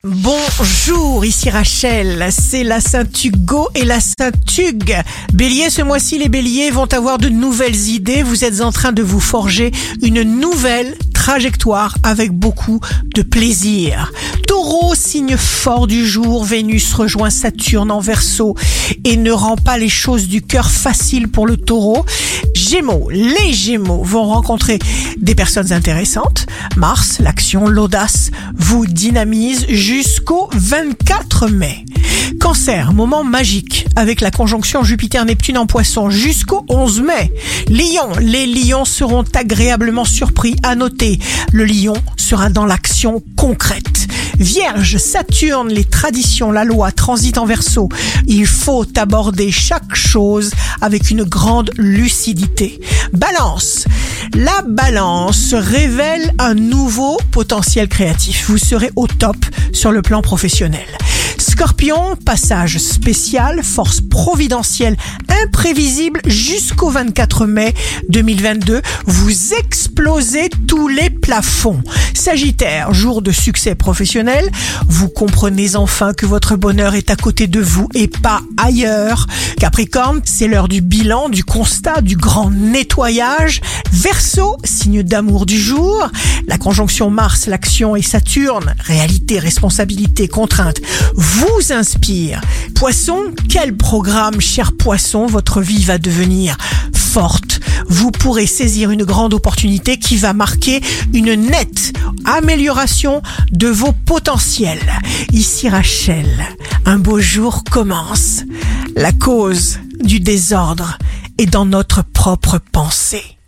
Bonjour, ici Rachel, c'est la Saint-Hugo et la Saint-Hugues. Bélier, ce mois-ci, les béliers vont avoir de nouvelles idées. Vous êtes en train de vous forger une nouvelle trajectoire avec beaucoup de plaisir. Taureau, signe fort du jour, Vénus rejoint Saturne en Verseau et ne rend pas les choses du cœur faciles pour le taureau. Gémeaux, les Gémeaux vont rencontrer des personnes intéressantes. Mars, l'action, l'audace vous dynamise jusqu'au 24 mai. Cancer, moment magique avec la conjonction Jupiter-Neptune en Poisson jusqu'au 11 mai. Lion, les lions seront agréablement surpris. À noter, le lion sera dans l'action concrète. Vierge, Saturne, les traditions, la loi transite en Verseau. Il faut aborder chaque chose avec une grande lucidité. Balance, la balance révèle un nouveau potentiel créatif. Vous serez au top sur le plan professionnel. Scorpion, passage spécial, force providentielle imprévisible jusqu'au 24 mai 2022. Vous explosez tous les plafonds. Sagittaire, jour de succès professionnel. Vous comprenez enfin que votre bonheur est à côté de vous et pas ailleurs. Capricorne, c'est l'heure du bilan, du constat, du grand nettoyage. Verseau, signe d'amour du jour. La conjonction Mars, l'action et Saturne, réalité, responsabilité, contrainte, vous inspire. Poisson, quel programme, cher poisson, votre vie va devenir forte. Vous pourrez saisir une grande opportunité qui va marquer une nette amélioration de vos potentiels. Ici Rachel, un beau jour commence. La cause du désordre est dans notre propre pensée.